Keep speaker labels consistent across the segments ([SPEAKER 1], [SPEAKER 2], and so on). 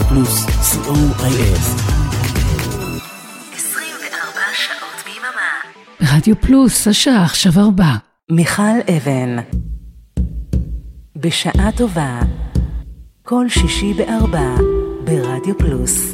[SPEAKER 1] פלוס, co.il.
[SPEAKER 2] 24 שעות ביממה.
[SPEAKER 3] רדיו פלוס, השעה עכשיו 4.
[SPEAKER 2] מיכל אבן. בשעה טובה. כל שישי 4 ברדיו פלוס.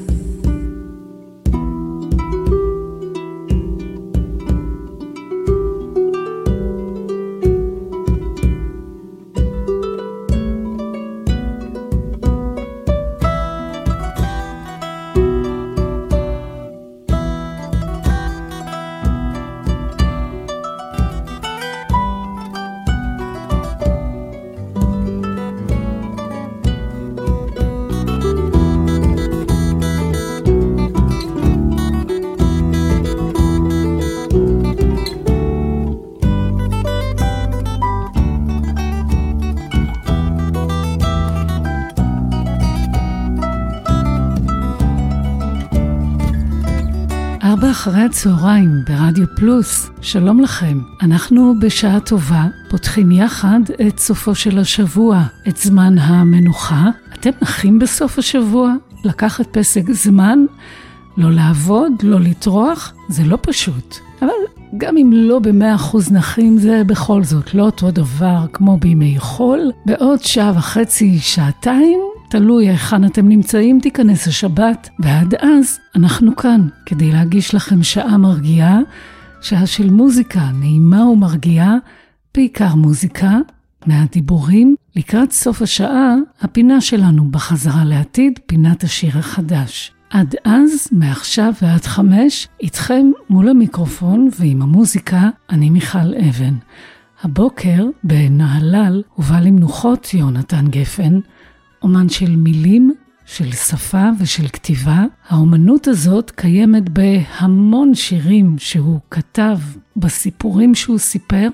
[SPEAKER 3] אחרי הצהריים ברדיו פלוס, שלום לכם. אנחנו בשעה טובה פותחים יחד את סופו של השבוע, את זמן המנוחה. אתם נחים בסוף השבוע? לקחת פסק זמן? לא לעבוד, לא לטרוח? זה לא פשוט. אבל גם אם לא ב100% נחים, זה בכל זאת לא אותו דבר כמו בימי חול. בעוד שעה וחצי, שעתיים, תלוי היכן אתם נמצאים, תיכנס השבת, ועד אז אנחנו כאן כדי להגיש לכם שעה מרגיעה, שעה של מוזיקה נעימה ומרגיעה, בעיקר מוזיקה, מהדיבורים. לקראת סוף השעה, הפינה שלנו בחזרה לעתיד, פינת השיר החדש. עד אז, מעכשיו ועד 5, איתכם מול המיקרופון ועם המוזיקה, אני מיכל אבן. הבוקר בנהלל הובא למנוחות יונתן גפן, אומן של מילים, של שפה ושל כתיבה. האומנות הזאת קיימת בהמון שירים שהוא כתב, בסיפורים שהוא סיפר,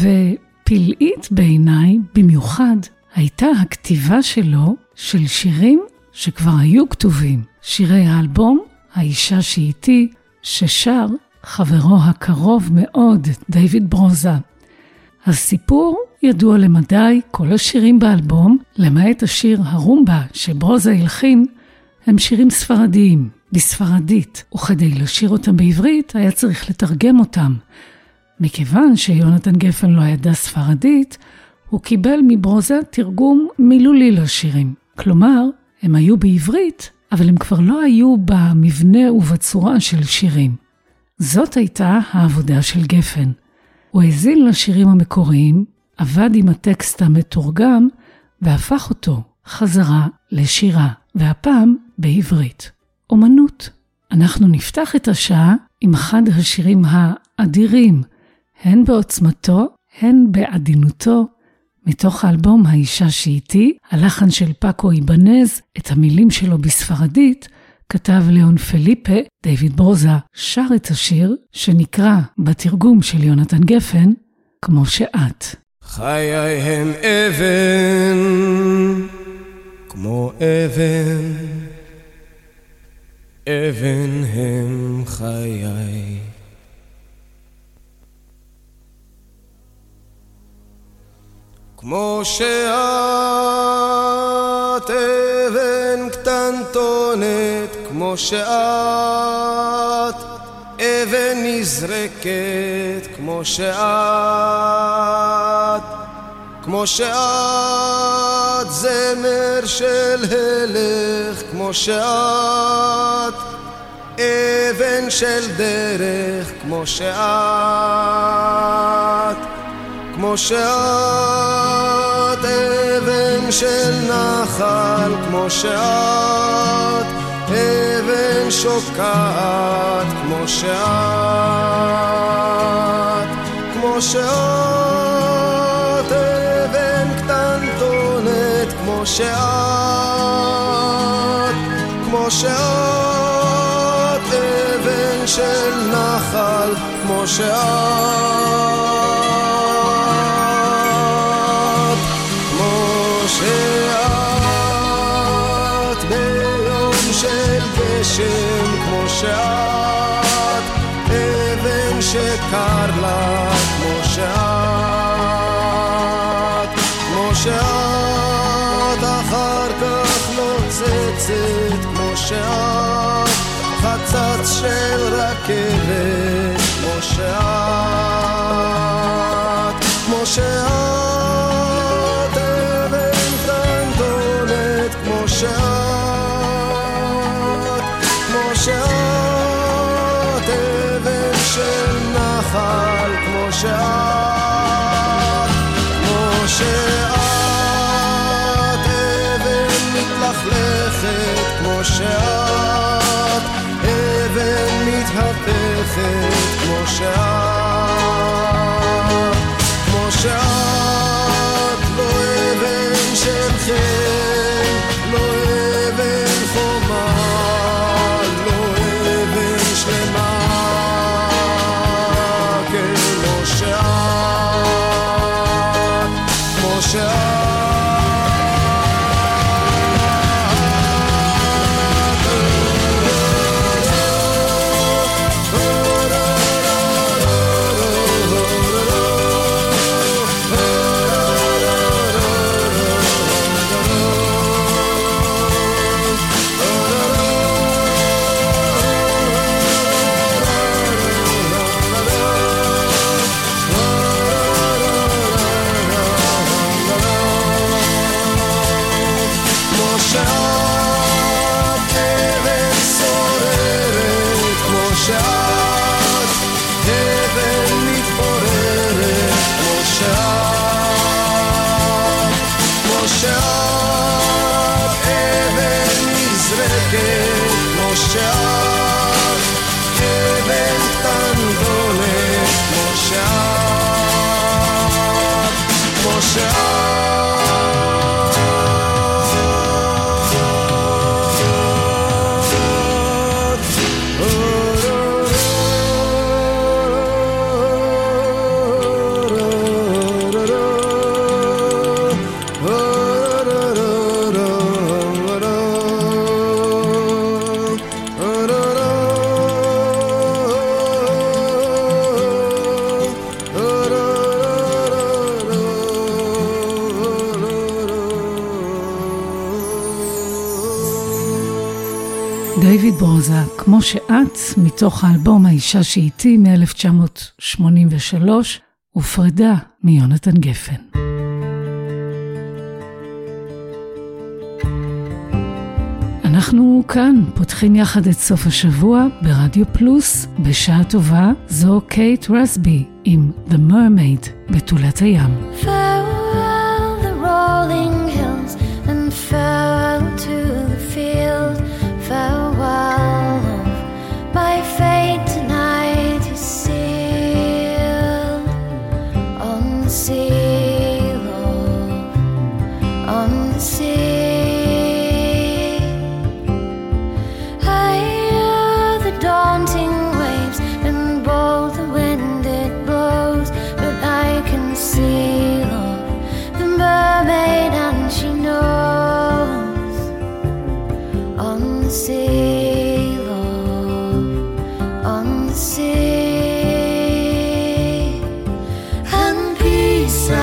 [SPEAKER 3] ופלאית בעיניי במיוחד הייתה הכתיבה שלו של שירים שכבר היו כתובים. שירי האלבום, האישה שאיתי, ששר חברו הקרוב מאוד, דיוויד ברוזה. הסיפור ידוע למדי, כל השירים באלבום, למעט השיר הרומבה שברוזה הלחין, הם שירים ספרדיים, בספרדית, וכדי לשיר אותם בעברית היה צריך לתרגם אותם. מכיוון שיונתן גפן לא ידע ספרדית, הוא קיבל מברוזה תרגום מילולי לשירים. כלומר, הם היו בעברית, אבל הם כבר לא היו במבנה ובצורה של שירים. זאת הייתה העבודה של גפן. הוא הזין לשירים המקוריים, עבד עם הטקסט המתורגם, והפך אותו חזרה לשירה, והפעם בעברית. אומנות. אנחנו נפתח את השעה עם אחד השירים האדירים, הן בעוצמתו, הן בעדינותו, מתוך האלבום האישה שאיתי, הלחן של פאקו איבנז, את המילים שלו בספרדית, כתב ליאון פליפה. דיוויד ברוזה שר את השיר שנקרא בתרגום של יונתן גפן, כמו שאת.
[SPEAKER 4] חיי הם אבן, כמו אבן, אבן הם חיי. כמו שאת אבן קטנטונת, כמו שאת אבן נזרקת, כמו שאת זמר של הלך, כמו שאת אבן של דרך, כמו שאת אבן של נחל, כמו שאת אבן שוקעת, כמו שאת אבן קטנטונת, כמו שאת אבן של נחל, כמו שאת ביום של גשם, כמו שאת אבן שקר לה, כמו שאת אחר כך נוצצת, שאת, חצץ של רכבת כמו שאת, כמו שאת, אבן קטנטונת כמו שאת, כמו שאת, אבן של נחל כמו שאת, כמו שאת, אבן מתלכלכת כמו שאת, אבן מתהפכת כמו שאת, כמו שאת, לא אבן של חן, לא אבן חומה, לא אבן שלמה כמו שאת, כמו שאת.
[SPEAKER 3] דיוויד ברוזה, כמו שאת, מתוך האלבום האישה שאיתי מ-1983, ופרידה מיונתן גפן. אנחנו כאן פותחים יחד את סוף השבוע ברדיו פלוס, בשעה טובה. זו קייט רסבי עם The Mermaid, בתולת הים.
[SPEAKER 5] Farewell the rolling hills and farewell to the field. Farewell, love, my fate tonight is sealed. On the sea, love, on the sea. I hear the daunting waves and bold the wind it blows, but I can see, love, the mermaid and she knows. On the sea, love, on the sea. And peace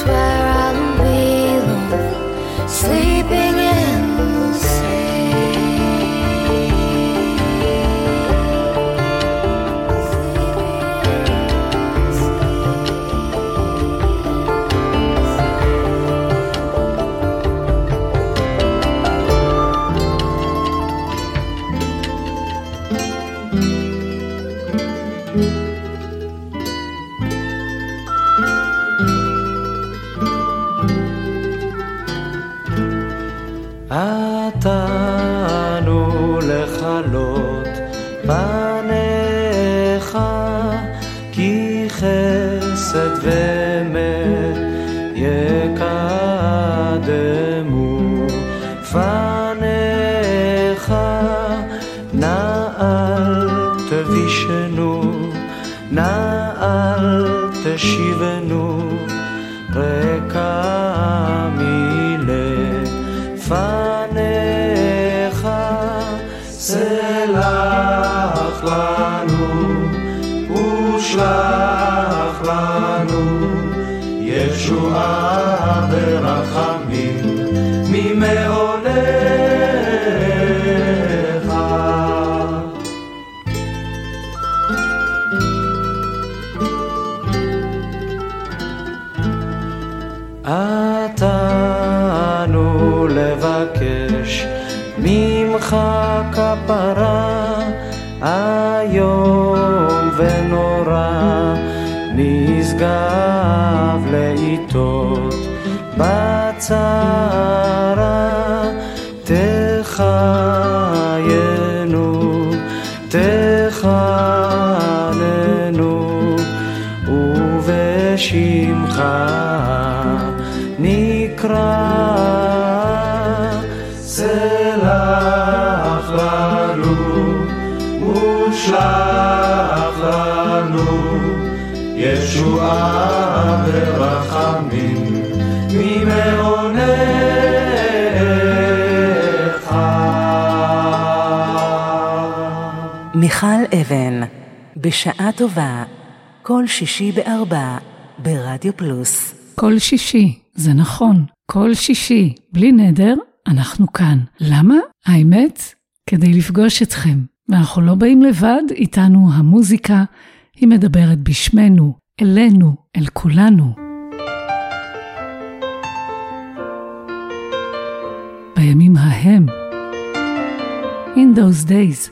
[SPEAKER 5] where I'll belong, sleeping in the sea.
[SPEAKER 4] עתנו לחלות פניך, כי חסד ואמת יקדמו פניך. נא אל תבישנו, נא אל תשיבנו, ריקה מלפניך. סלח לנו ושלח לנו ישועה ורחמים ממעונך. עתנו לבקש ממך כפרה, היום ונורא נשגב לעיתות בצרה. תחיינו תחננו ובשמך נקרא. סלח לנו ושלח לנו ישועה ורחמים ממעונך.
[SPEAKER 2] מיכל אבן, בשעה טובה, כל שישי ב16:00 ברדיו פלוס.
[SPEAKER 3] כל שישי, זה נכון, כל שישי, בלי נדר, אנחנו כאן. למה? האמת, כדי לפגוש אתכם. ואנחנו לא באים לבד, איתנו המוזיקה, היא מדברת בשמנו, אלינו, אל כולנו. בימים ההם, in those days,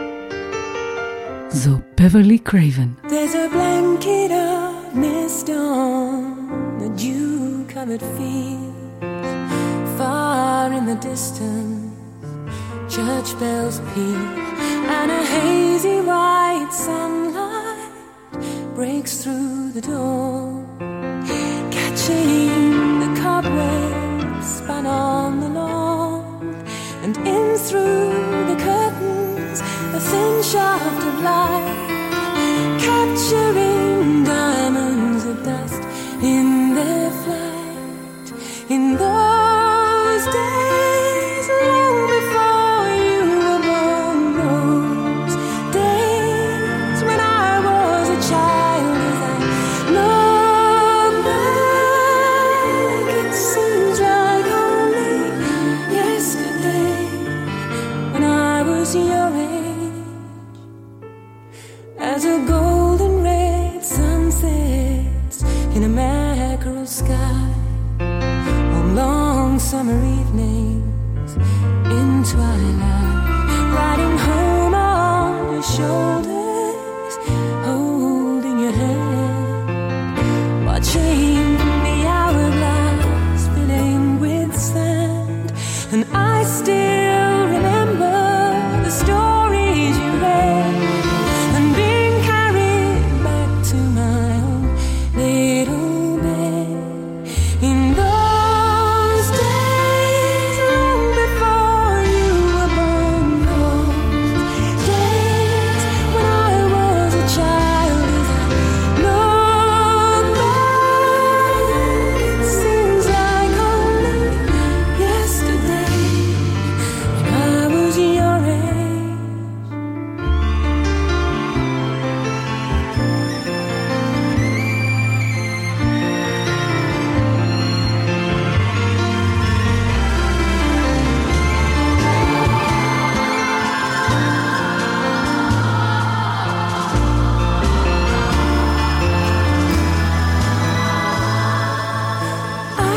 [SPEAKER 3] זו בברלי קרייבן.
[SPEAKER 6] There's a blanket of mist on the dew-covered fields, far in the distance church bells peal, and a hazy white sunlight breaks through the door, catching the cobwebs spun on the lawn, and in through the curtains a thin shaft of light, capturing diamonds of dust in their flight. In those days, long before you were born, those days when I was a child, as I look back, it seems like only yesterday when I was your age. As a golden red sun sets in a mackerel sky, on long summer evenings in twilight, riding home on your shoulders, holding your hand, watching the hourglass filling with sand. And I still remember the stories you read, and being carried back to my own little bed. In those days, long before you were born, those days when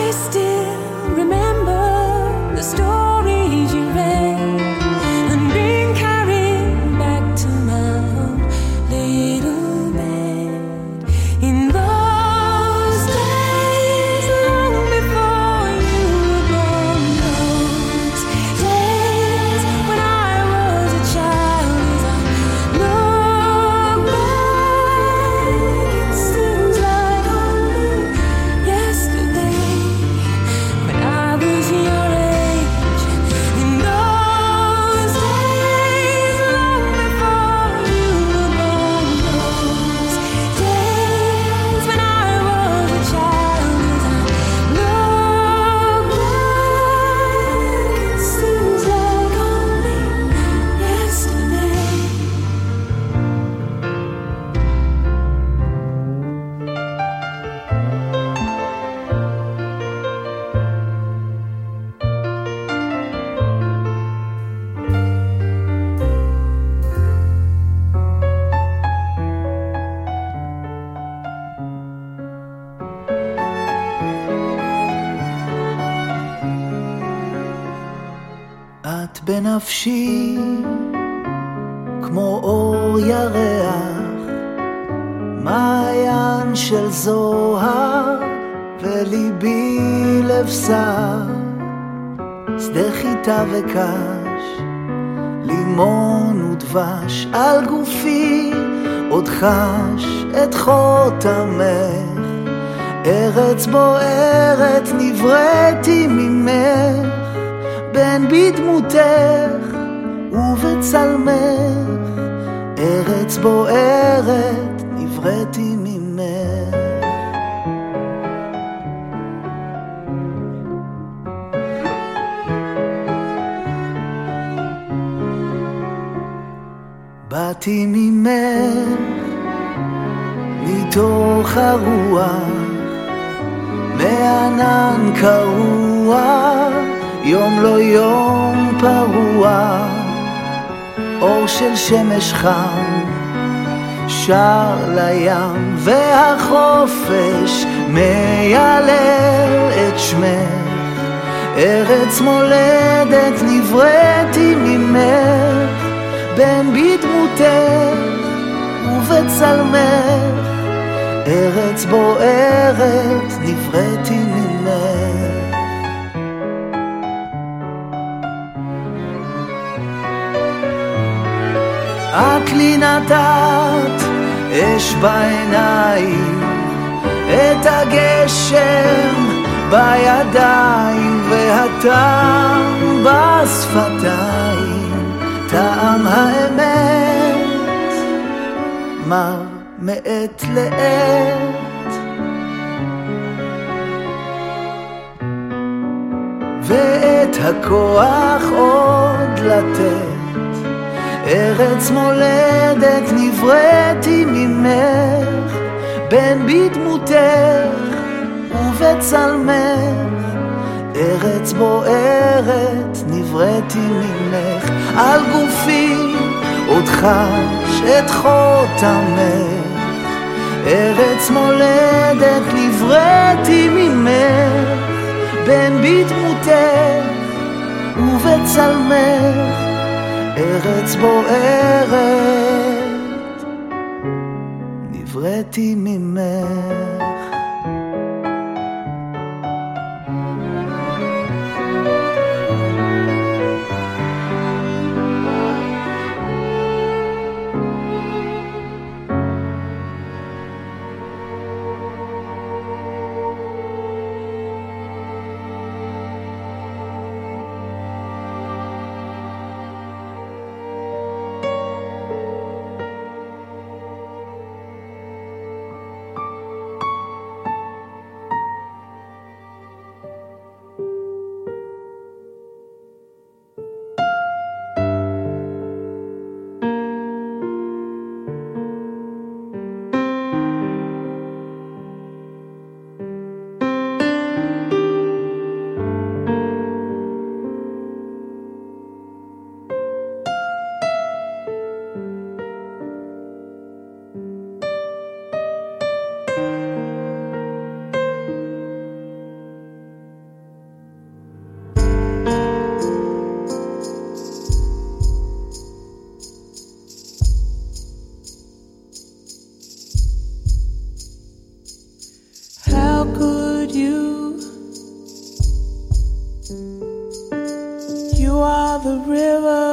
[SPEAKER 6] still remember the stories you read and being carried back to my own little bed. In those days, long before you were born, those days when I was a child, as I look back, it seems like only yesterday when I was your age. In those days, long before you were born, those days when I was a child, as I look back, it seems like only yesterday.
[SPEAKER 7] את בנפשי כמו אור ירח, מעיין של זוהר וליבי לבשר, שדה חיטה וקש, לימון ודבש, על גופי עוד חש את חותמך, ארץ בוערת נבראתי ממך, בן בדמותך ובצלמך, ארץ בוערת נבראתי ממך. באתי ממך מתוך הרוח, מענן קרוע, יום לא יום פרוע, אור של שמש חם שר לים, והחופש מיילל את שמך, ארץ מולדת נבראתי ממך, בן בדמותך ובצלמך, ארץ בוערת נבראתי ממך. את לי נתת אש בעיניים, את הגשם בידיים, והטעם בשפתיים, טעם האמת מר מעת לעת, ואת הכוח עוד לתת, ארץ מולדת נבראתי ממך, בן בדמותך ובצלמך, ארץ בוערת נבראתי ממך, על גופי עוד חש את חותמך, ארץ מולדת נבראתי ממך, בן בדמותך ובצלמך, ארץ בוערת נבראתי ממך.
[SPEAKER 8] You are the river,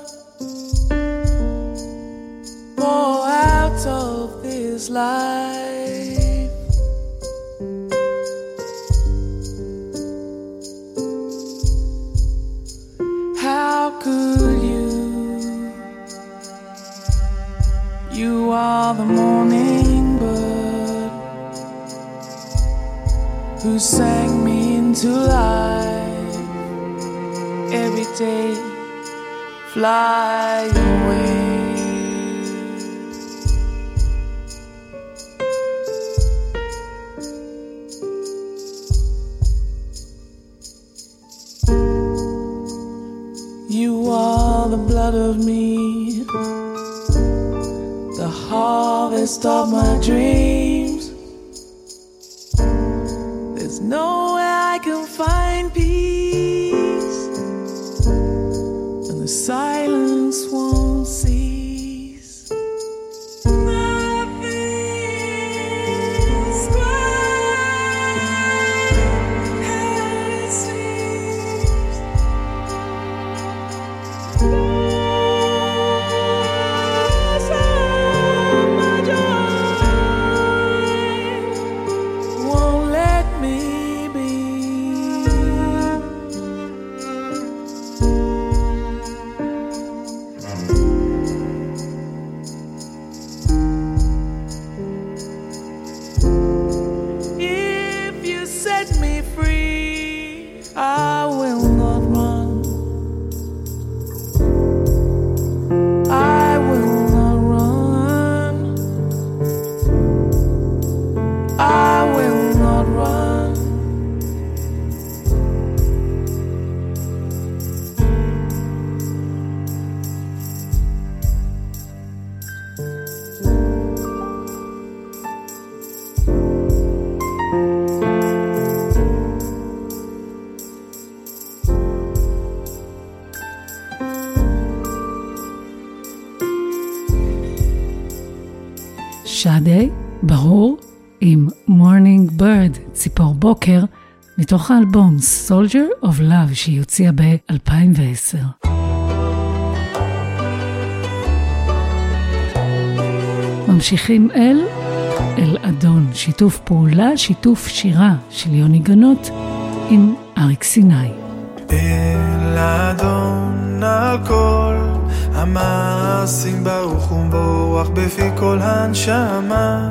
[SPEAKER 8] pour out of this life. How could you? You are the morning bird who sang me into life. Every day, fly away. You are the blood of me, the harvest of my dreams. There's nowhere I can find peace, and the silence won't cease. Nothing's quite as it seems. Lost all my joy won't let me be. If you set me free, I will not run. I will not run. I will not run.
[SPEAKER 3] שדה, ברור, עם Morning Bird, ציפור בוקר, מתוך האלבום Soldier of Love שהיא הוציאה ב-2010. ממשיכים אל אדון, שיתוף פעולה, שיתוף שירה של יוני גנות עם אריק סיני.
[SPEAKER 4] אל אדון על כל המעשים ברוך ובורח בפי כל הנשמה,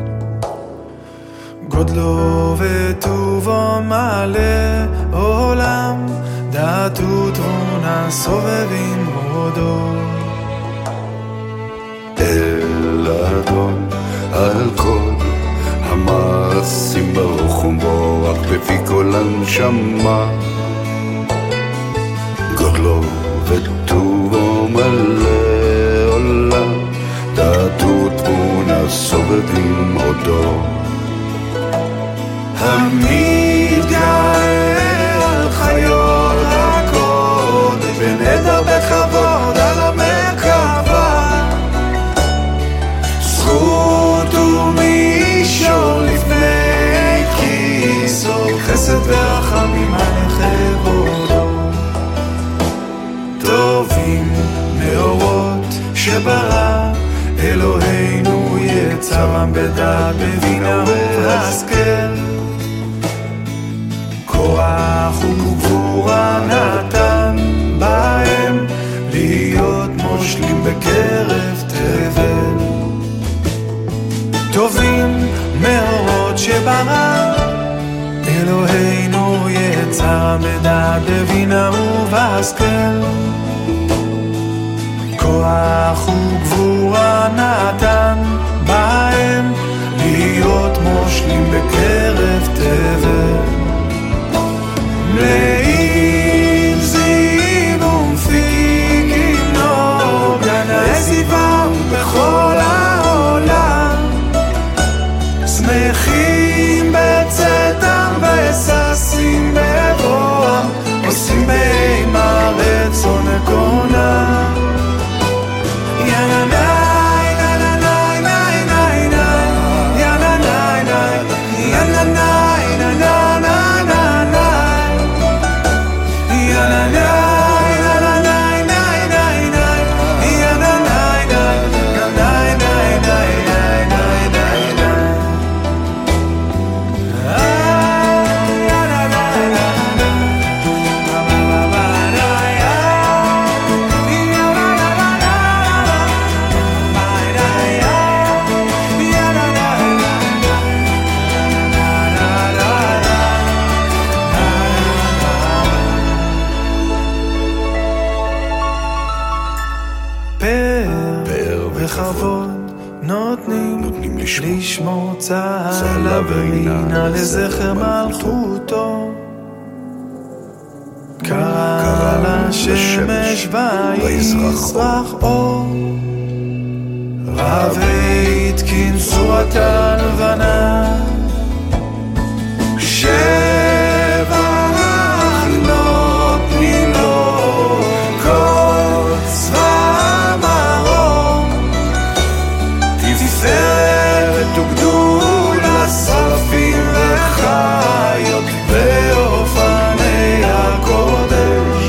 [SPEAKER 4] גודלו וטובו מלא עולם, דעת ותבונה סובבים הודו.
[SPEAKER 9] אל אדון על כל המעשים ברוך ובורח בפי כל הנשמה, גודלו וטובו מלא עולם, דעת ותבונה סובבים הודו.
[SPEAKER 4] המתגאה על חיות הקודש בנדר בכבוד על המרכבה, זכות ומישור לפני כיסו, חסד ורחמים על כבודו. טובים מאורות שברא אלוהינו, יצרם בדעת בבינה ובהשכל, כוח וגבורה נתן בהם, להיות מושלים בקרב תבל. טובים מאורות שברא אלוהינו, יצרם בדעת בבינה ובהשכל, כוח וגבורה נתן בהם, להיות מושלים בקרב תבל. מלאים זיו ומפיקים נוג, גנאי סיבם בכל העולם, שמחים בצאתם וששים בבואם, עושים באימה רצון נקונה. יאללה ניי ניי ניי ניי ניי, יאללה ניי ניי, יאללה
[SPEAKER 10] כבוד נותנים לשמור צהלה ורינה לזכר מלכותו. קרא לשמש ויזרח אור, רבי התקין צורתן לבנה, שבח נותנים לו כל צבא מרום, תפארת וגדולה שרפים וחיות באופני הקודש.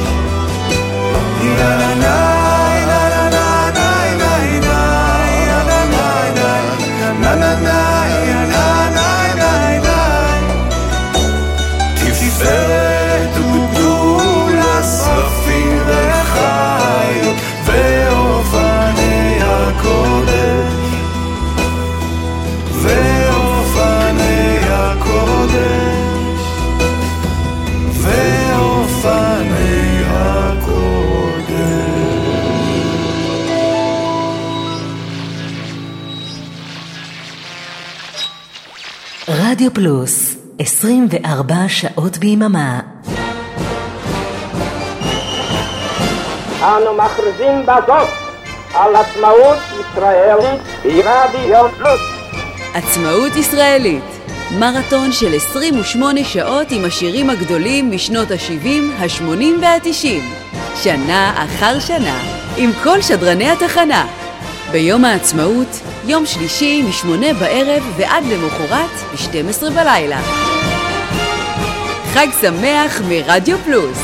[SPEAKER 10] תפארת וגדולה שרפים וחיות ואופני הקודש, ואופני הקודש, ואופני הקודש.
[SPEAKER 2] רדיו פלוס 24 שעות ביממה.
[SPEAKER 11] אנו מכריזים בזאת על עצמאות ישראלית ברדיו פלוס.
[SPEAKER 12] עצמאות ישראלית, מרתון של 28 שעות עם השירים הגדולים משנות ה-70, ה-80 וה-90, שנה אחר שנה, עם כל שדרני התחנה. ביום העצמאות, יום שלישי מ8 בערב ועד למחרת ב12 בלילה. חג שמח מרדיו פלוס.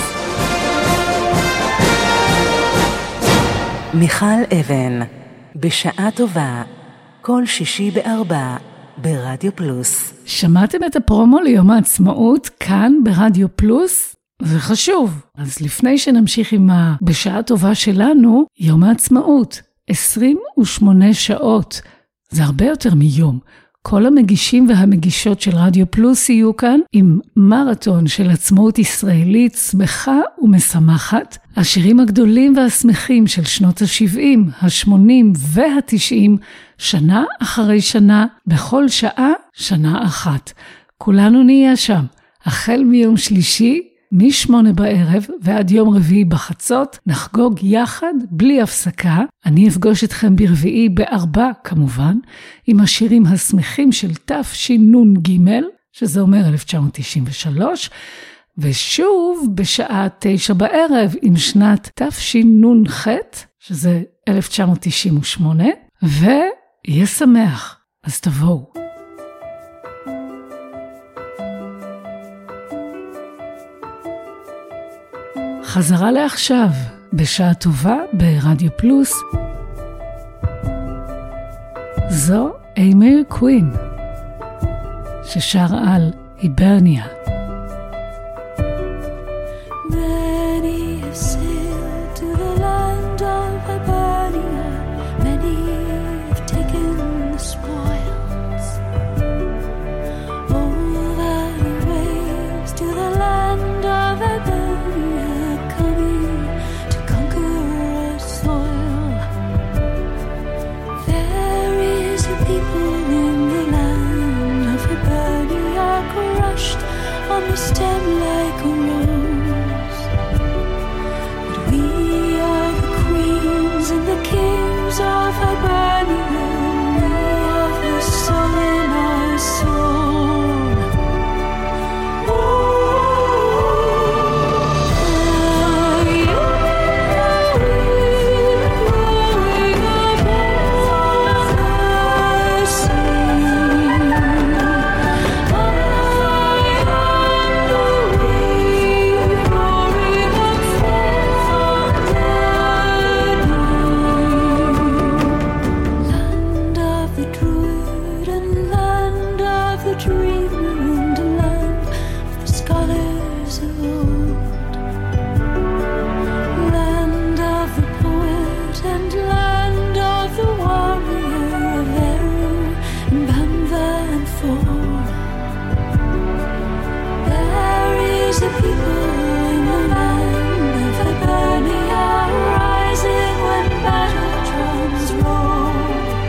[SPEAKER 2] מיכל אבן, בשעה טובה, כל שישי ב4 ברדיו פלוס.
[SPEAKER 3] שמעתם את הפרומו ליום העצמאות כאן ברדיו פלוס? זה חשוב. אז לפני שנמשיך עם בשעה טובה שלנו, יום העצמאות, 28 שעות. זה הרבה יותר מיום. כל המגישים והמגישות של רדיו פלוס יהיו כאן עם מרתון של עצמאות ישראלית שמחה ומשמחת. השירים הגדולים והשמחים של שנות ה-70, ה-80 וה-90, שנה אחרי שנה, בכל שעה, שנה אחת. כולנו נהיה שם. החל מיום שלישי, מ8 בערב ועד יום רביעי בחצות, נחגוג יחד בלי הפסקה. אני אפגוש אתכם ברביעי ב4 כמובן, עם השירים השמחים של תשנ"ג, שזה אומר 1993, ושוב בשעה 9 בערב עם שנת תשנ"ח, שזה 1998, ויהיה שמח, אז תבואו. חזרה לעכשיו, בשעה טובה ברדיו פלוס. זו אימיר קווין, ששר על היברניה.
[SPEAKER 6] Many have sailed to the land of Hibernia. Many have taken the spoils. Over the waves to the land of Hibernia, coming to conquer our soil. There is a people in the land of Hibernia, crushed on the stem like a rose. But we are the queens and the kings of Hibernia. We have the song in our soul. Rising when battle drums roll.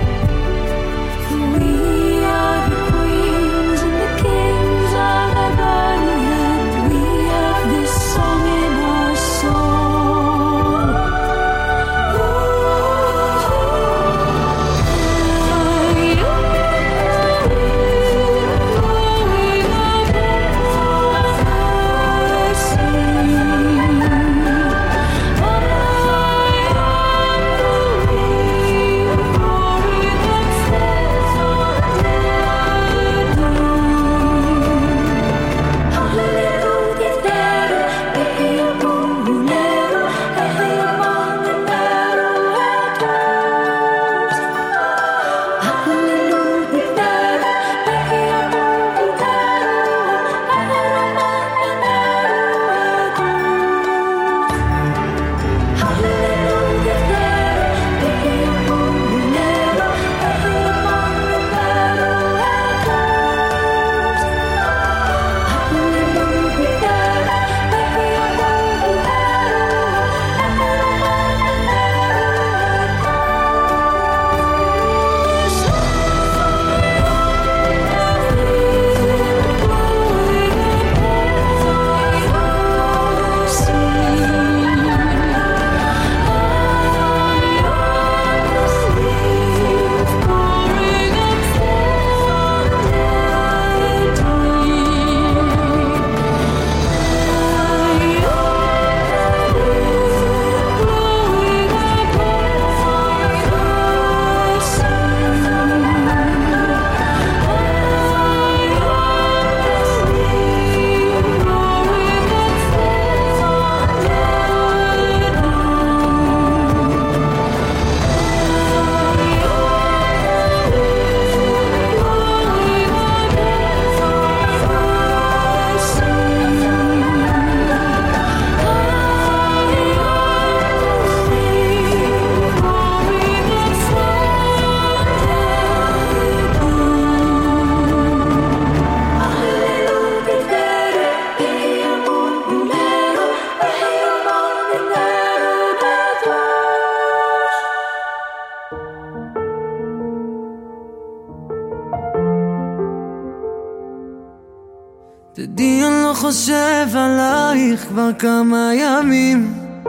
[SPEAKER 13] חושב עלייך כבר כמה ימים,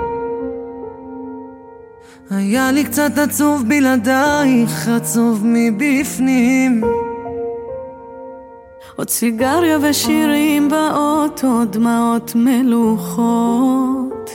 [SPEAKER 13] היה לי קצת עצוב בלעדייך, עצוב מבפנים.
[SPEAKER 6] עוד סיגריה ושירים באוטו, דמעות מלוכות.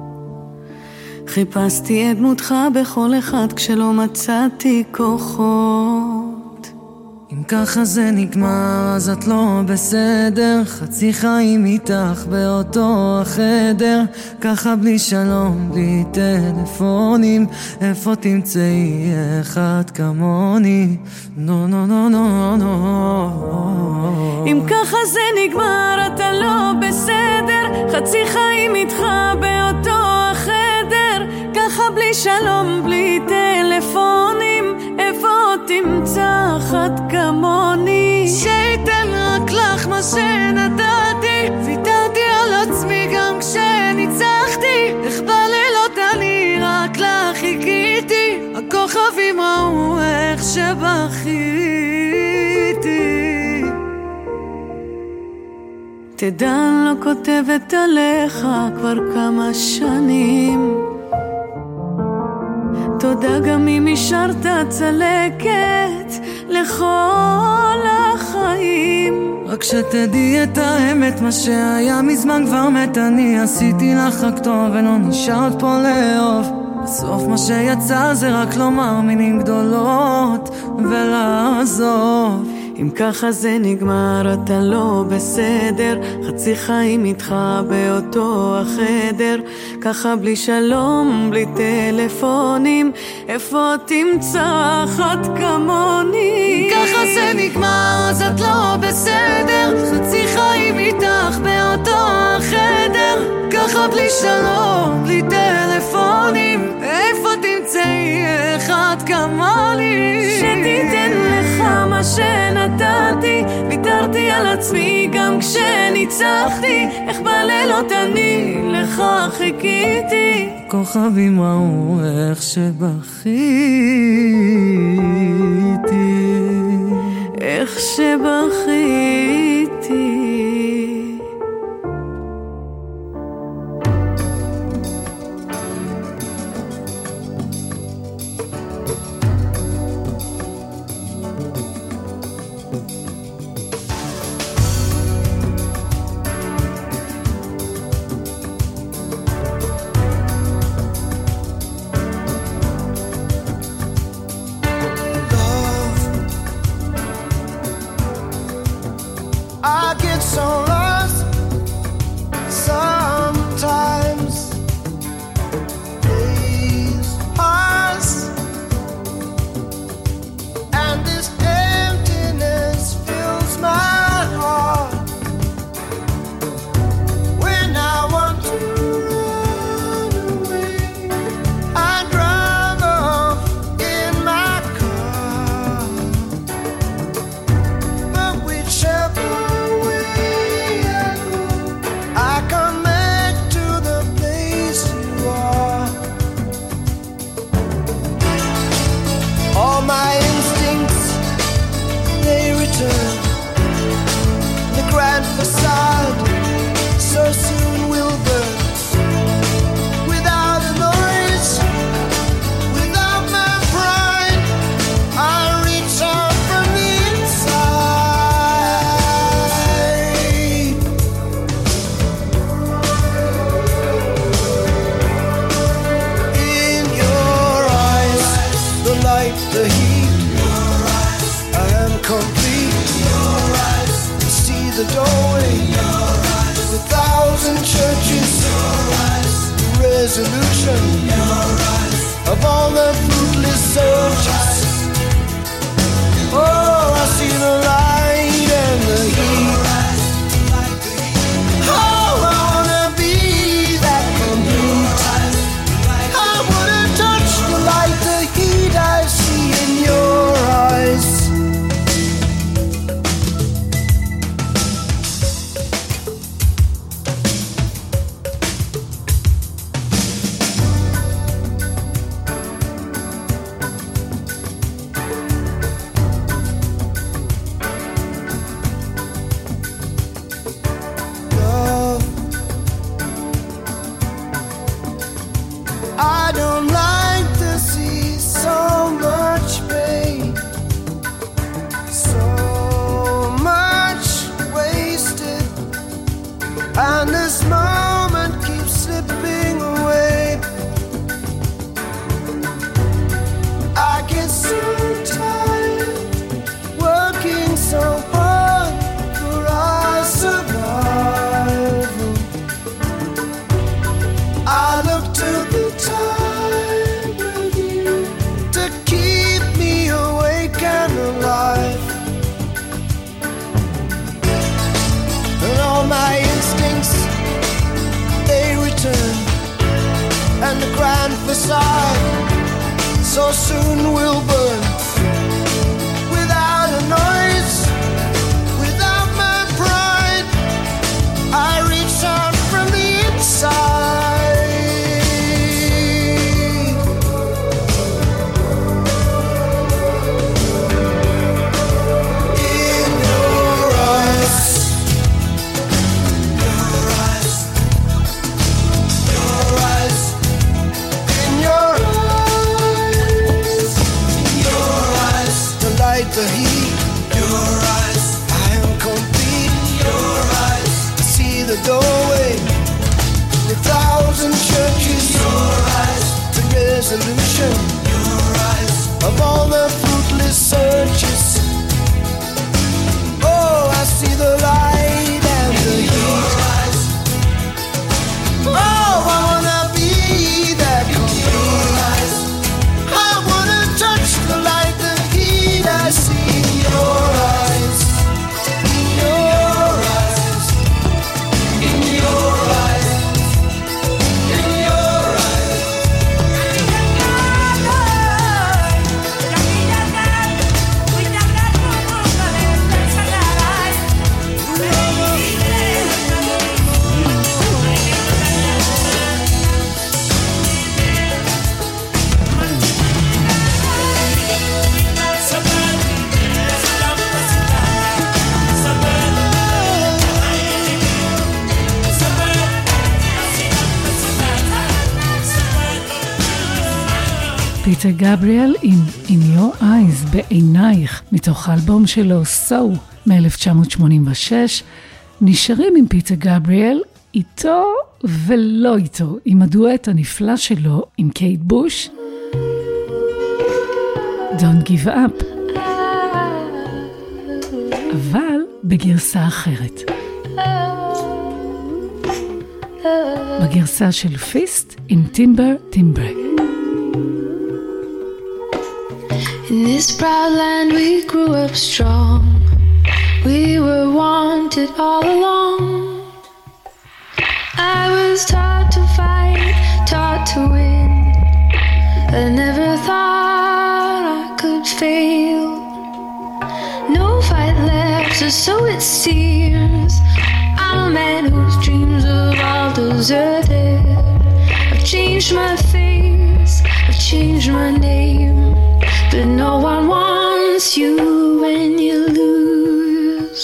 [SPEAKER 6] חיפשתי את דמותך בכל אחד כשלא מצאתי כוחות.
[SPEAKER 13] אם ככה זה נגמר אז את לא בסדר, חצי חיים איתך באותו החדר, ככה בלי שלום, בלי טלפונים, איפה תמצאי אחד כמוני? נו נו נו נו נו.
[SPEAKER 6] אם ככה זה נגמר אתה לא בסדר, חצי חיים איתך באותו החדר, ככה בלי שלום, בלי טלפונים, איפה תמצא אחת כמוני?
[SPEAKER 13] שייתן רק לך מה שנתתי, ויתרתי על עצמי גם כשניצחתי, איך בלילות אני רק לך חיכיתי, הכוכבים ראו איך שבכיתי.
[SPEAKER 6] תדע לא כותבת עליך כבר כמה שנים, תודה גם אם השארת צלקת לכל החיים.
[SPEAKER 13] רק שתדעי את האמת, מה שהיה מזמן כבר מת, אני עשיתי לך רק טוב ולא נשארת פה לאהוב. בסוף מה שיצא זה רק לומר מילים גדולות ולעזוב.
[SPEAKER 6] אם ככה זה נגמר אתה לא בסדר, חצי חיים איתך באותו החדר, ככה בלי שלום, בלי טלפונים, איפה תמצא אחת כמוני?
[SPEAKER 13] אם ככה זה נגמר אז את לא בסדר, חצי חיים איתך באותו החדר, ככה בלי שלום, בלי טלפונים, איפה תמצאי אחד כמוני?
[SPEAKER 6] שתיתן לך מה שנתתי, ויתרתי על עצמי גם כשניצחתי, איך בלילות אני לך חיכיתי,
[SPEAKER 13] כוכבים ראו איך שבכיתי,
[SPEAKER 6] איך שבכיתי.
[SPEAKER 4] this moment keeps slipping away. I get so tired working so hard for our survival. I look to the time with you to keep me awake and alive. And all my instincts, they return, and the grand facade so soon will burn. Without a noise, without my pride, I reach out from the inside. In your eyes, your eyes, your eyes, in your eyes, your eyes, to light the heat. Your eyes, I am complete. Your eyes, I see the doorway, the thousand churches. Your eyes, to resolution. Your eyes, of all the fruitless searches. Oh, I see the light and the heat. Oh, I wanna be that complete. I wanna touch the light, the heat I see in your eyes. In your eyes. In your eyes. In your eyes.
[SPEAKER 3] פיטר גבריאל עם In Your Eyes, בעינייך, מתוך האלבום שלו So מ-1986. נשארים עם פיטר גבריאל, איתו ולא איתו, עם הדואט הנפלא שלו עם קייט בוש, Don't Give Up, אבל בגרסה אחרת. בגרסה של פיסט עם טימבר טימברה.
[SPEAKER 6] In this proud land we grew up strong. We were wanted all along. I was taught to fight, taught to win. I never thought I could fail. No fight left, or so it seems. I'm a man whose dreams have all deserted. I've changed my face, I've changed my name. But no one wants you when you lose.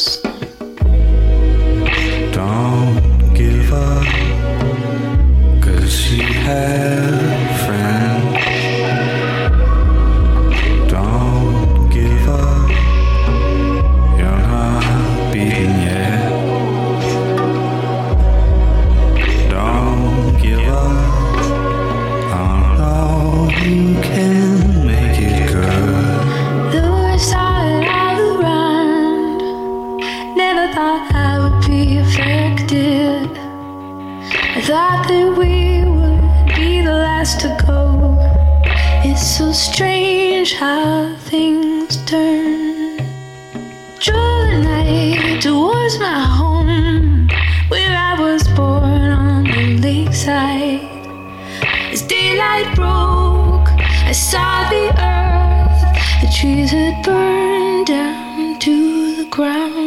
[SPEAKER 10] Don't give up, 'cause you have friends. Don't give up, you're not beaten yet. Don't give up on all you can.
[SPEAKER 6] I thought that we would be the last to go. It's so strange how things turn. Drove the night towards my home, where I was born on the lakeside. As daylight broke, I saw the earth. The trees had burned down to the ground.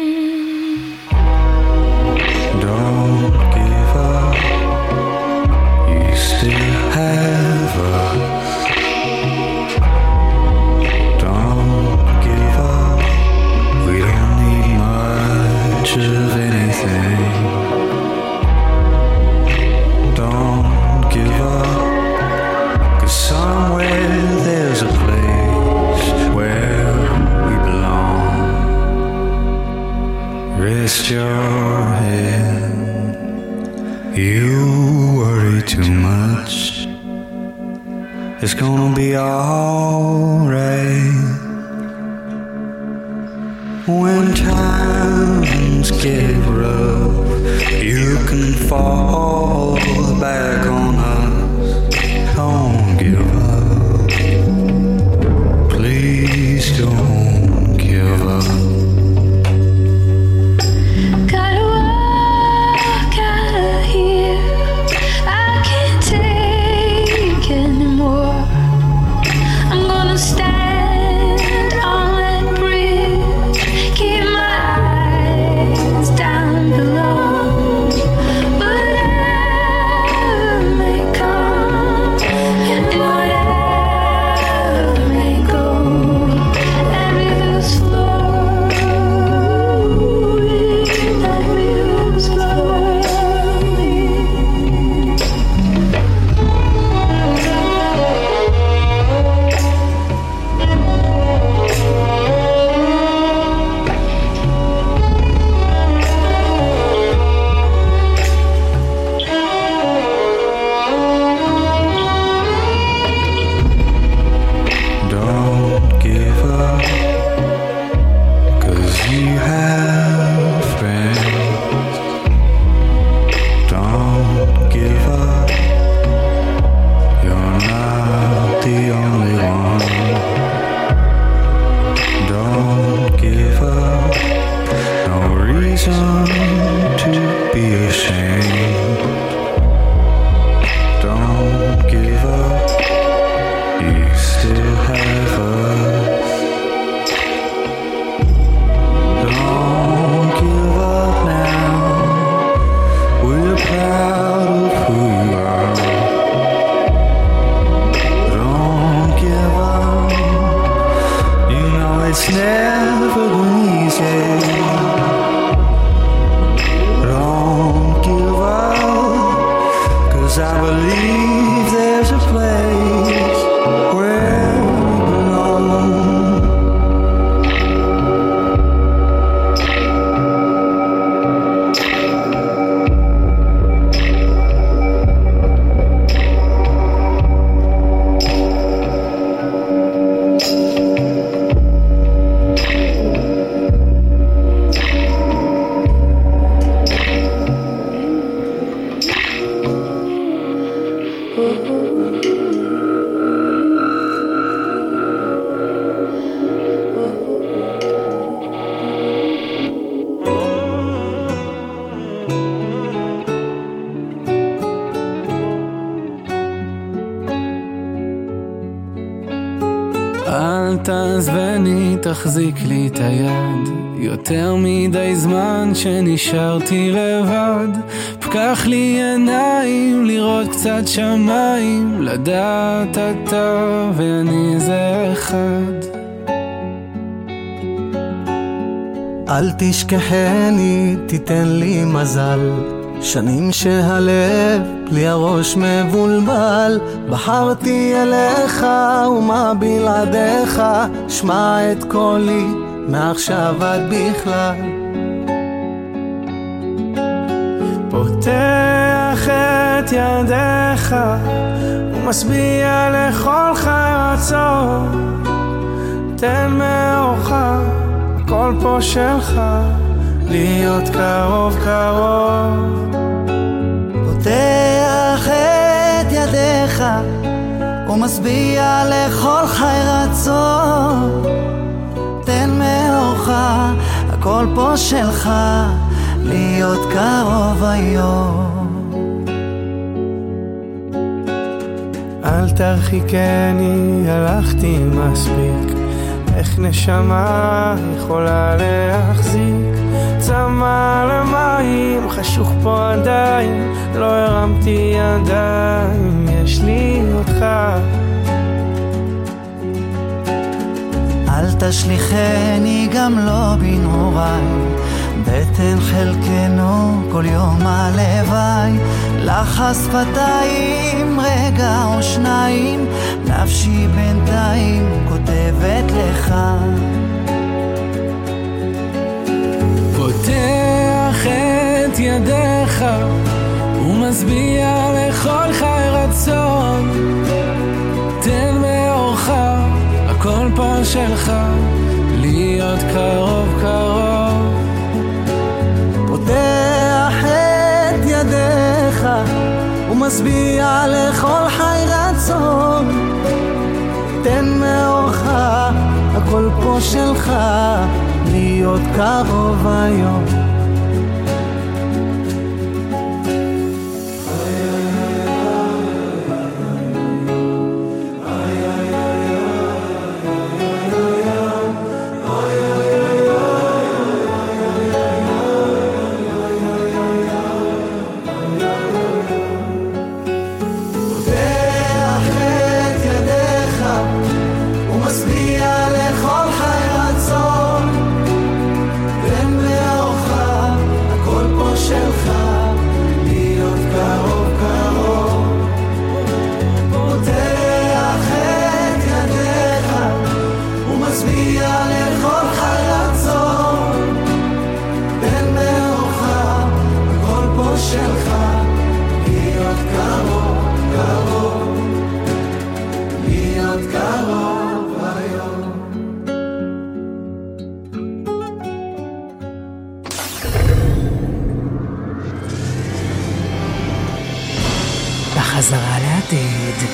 [SPEAKER 10] Don't give up, you still have us. Don't give up, we don't need much of anything. Don't give up, 'cause somewhere there's a place where we belong. You worry too much. It's gonna be alright. When times get rough, you can fall back on us. Don't give up. Please don't give up.
[SPEAKER 14] אל תעזבני, תחזיק לי את היד, יותר מדי זמן שנשארתי לבד. פקח לי עיניים, לראות קצת שמיים, לדעת אתה ואני זה אחד.
[SPEAKER 7] אל תשכחני, תיתן לי מזל, שנים שהלב בלי הראש מבולבל. בחרתי אליך ומה בלעדיך, שמע את קולי מעכשיו עד בכלל.
[SPEAKER 8] פותח את ידיך ומשביע לכל רצון, תן מאורך, הכל פה שלך, להיות קרוב קרוב.
[SPEAKER 7] פותח את ידיך ומשביע לכל חי רצון, תן מאורך, הכל פה שלך, להיות קרוב היום.
[SPEAKER 8] אל תרחיקני, הלכתי מספיק, איך נשמה יכולה להחזיק? צמא למים, חשוך פה עדיין, לא הרמתי ידיים, יש לי אותך.
[SPEAKER 7] אל תשליחני גם לא בנעוריי, בטן חלקנו כל יום הלוואי. לחס שפתיים, רגע או שניים, נפשי בינתיים כותבת לך.
[SPEAKER 14] פותח את ידיך ומשביע לכל חי רצון. תן מאורך, הכל פה שלך, להיות קרוב קרוב.
[SPEAKER 7] פותח את ידיך ומשביע לכל חי רצון. תן מאורך, הכל פה שלך, להיות קרוב היום.
[SPEAKER 2] בחזרה לעתיד.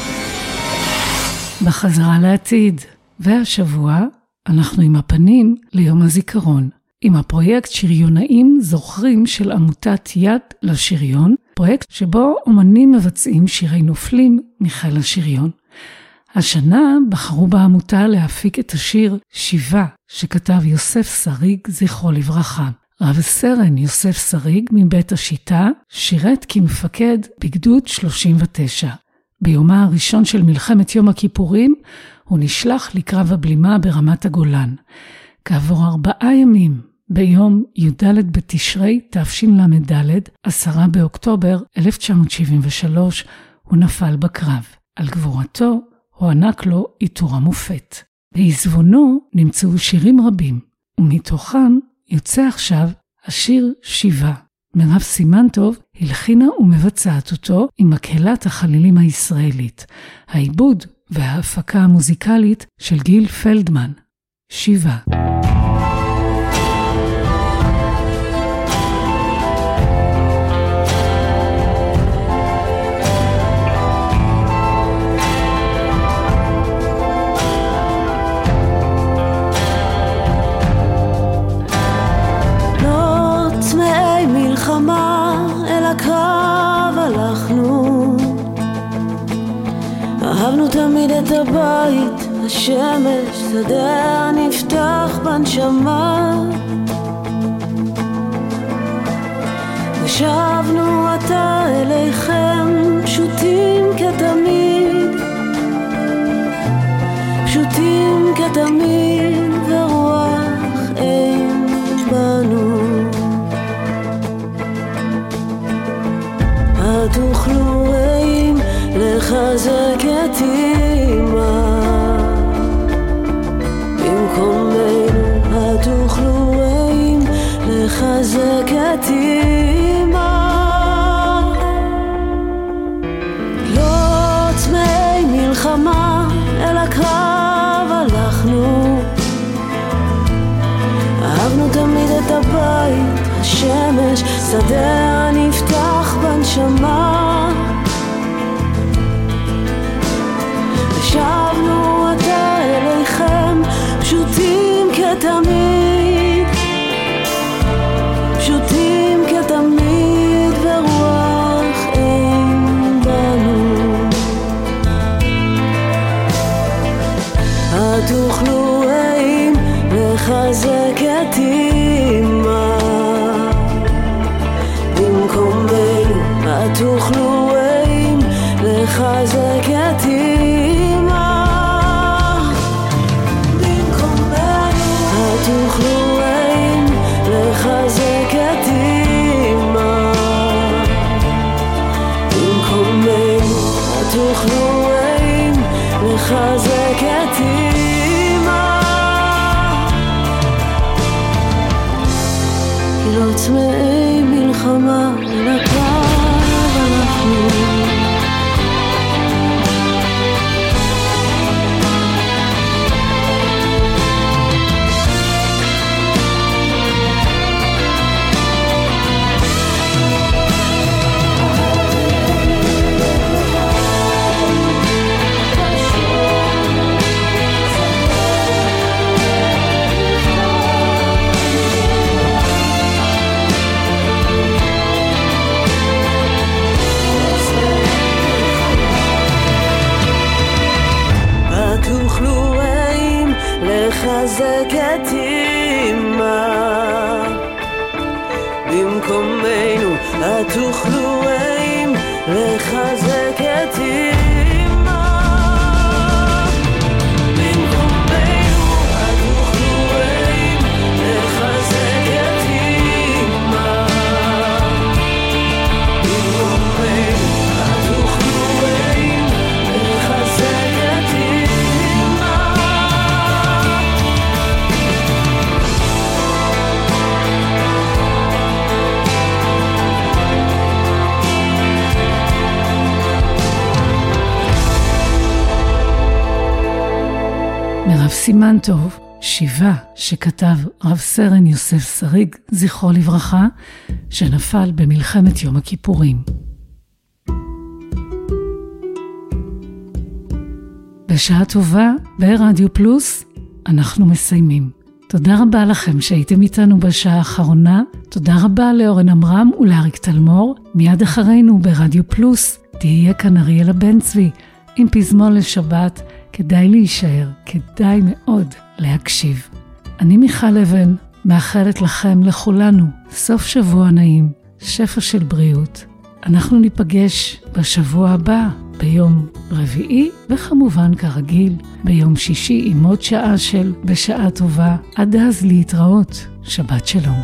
[SPEAKER 3] בחזרה לעתיד. והשבוע אנחנו עם הפנים ליום הזיכרון, עם הפרויקט שריונאים זוכרים של עמותת יד לשריון, פרויקט שבו אומנים מבצעים שירי נופלים מחיל השריון. השנה בחרו בעמותה להפיק את השיר שיבה, שכתב יוסף שריג זכרו לברכה. רב סרן יוסף שריג מבית השיטה שירת כמפקד בגדוד 39. ביומה הראשון של מלחמת יום הכיפורים הוא נשלח לקרב הבלימה ברמת הגולן. כעבור 4 ימים, ביום י"ד בתשרי תשל"ד, 10 באוקטובר 1973, הוא נפל בקרב. על גבורתו הוענק לו עיטור המופת. בעזבונו נמצאו שירים רבים, ומתוכם יוצא עכשיו השיר שיבה. מירב סימנטוב הלחינה ומבצעת אותו עם מקהלת החלילים הישראלית. העיבוד וההפקה המוזיקלית של גיל פלדמן. שיבה.
[SPEAKER 6] אל הקרב הלכנו, אהבנו תמיד את הבית, השמש, שדה נפתח בנשמה, ושבנו עתה אליכם פשוטים כתמיד, פשוטים כתמיד, ורוח אין בנו. תוכלו רעים לחזק את אמא במקומנו, תוכלו רעים לחזק את אמא. לא צמאי מלחמה אל הקרב הלכנו, אהבנו תמיד את הבית, השמש, שדה נפתח בנשמה, ושבנו עתה אליכם פשוטים כתמיד, פשוטים כתמיד, ורוח אין בנו. תוכלו רעים לחזק את אמא במקומנו, תוכלו רעים לחזק את אמא במקומנו, תוכלו רעים לחזק את אמא במקומנו, תוכלו רעים לחזק את אמא. כי לא צמאי מלחמה אל הקרב
[SPEAKER 15] לחזק את אמא במקומנו התוכלו הם לחזק את אמא במקומנו התוכלו הם לחזק את אמא במקומנו התוכלו הם לחזק את אמא
[SPEAKER 3] מרב סימן טוב, שיבה שכתב רב סרן יוסף שריג, זכרו לברכה, שנפל במלחמת יום הכיפורים. בשעה טובה ברדיו פלוס אנחנו מסיימים. תודה רבה לכם שהייתם איתנו בשעה האחרונה, תודה רבה לאורן אמרם ולאריק תלמור. מיד אחרינו ברדיו פלוס תהיה כאן אריאלה בן צבי עם פזמון לשבת. כדאי להישאר, כדאי מאוד להקשיב. אני מיכל אבן, מאחלת לכם, לכולנו, סוף שבוע נעים, שפע של בריאות. אנחנו ניפגש בשבוע הבא, ביום רביעי, וכמובן כרגיל, ביום שישי עם עוד שעה של בשעה טובה. עד אז להתראות, שבת שלום.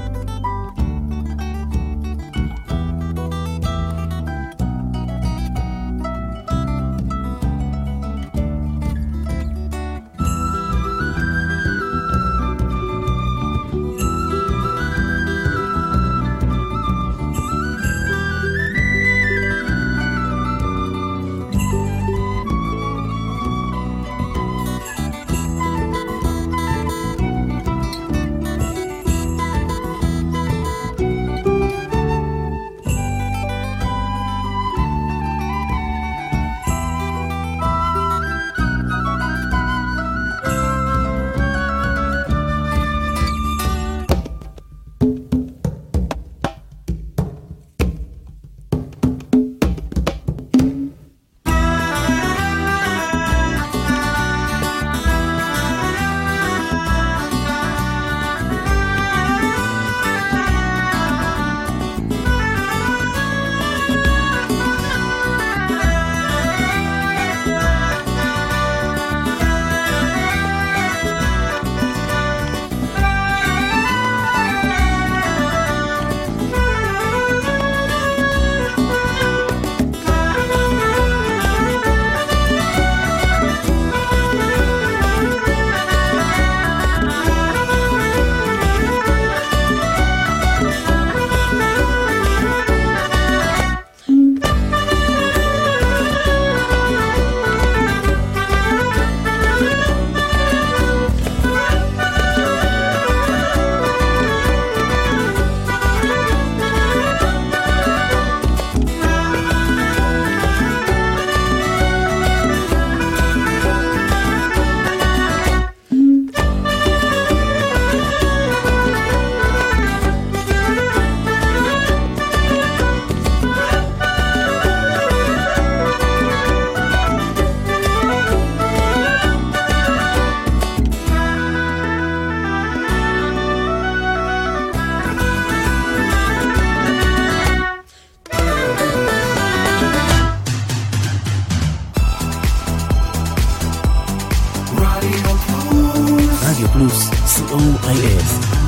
[SPEAKER 1] רדיו פלוס, COIF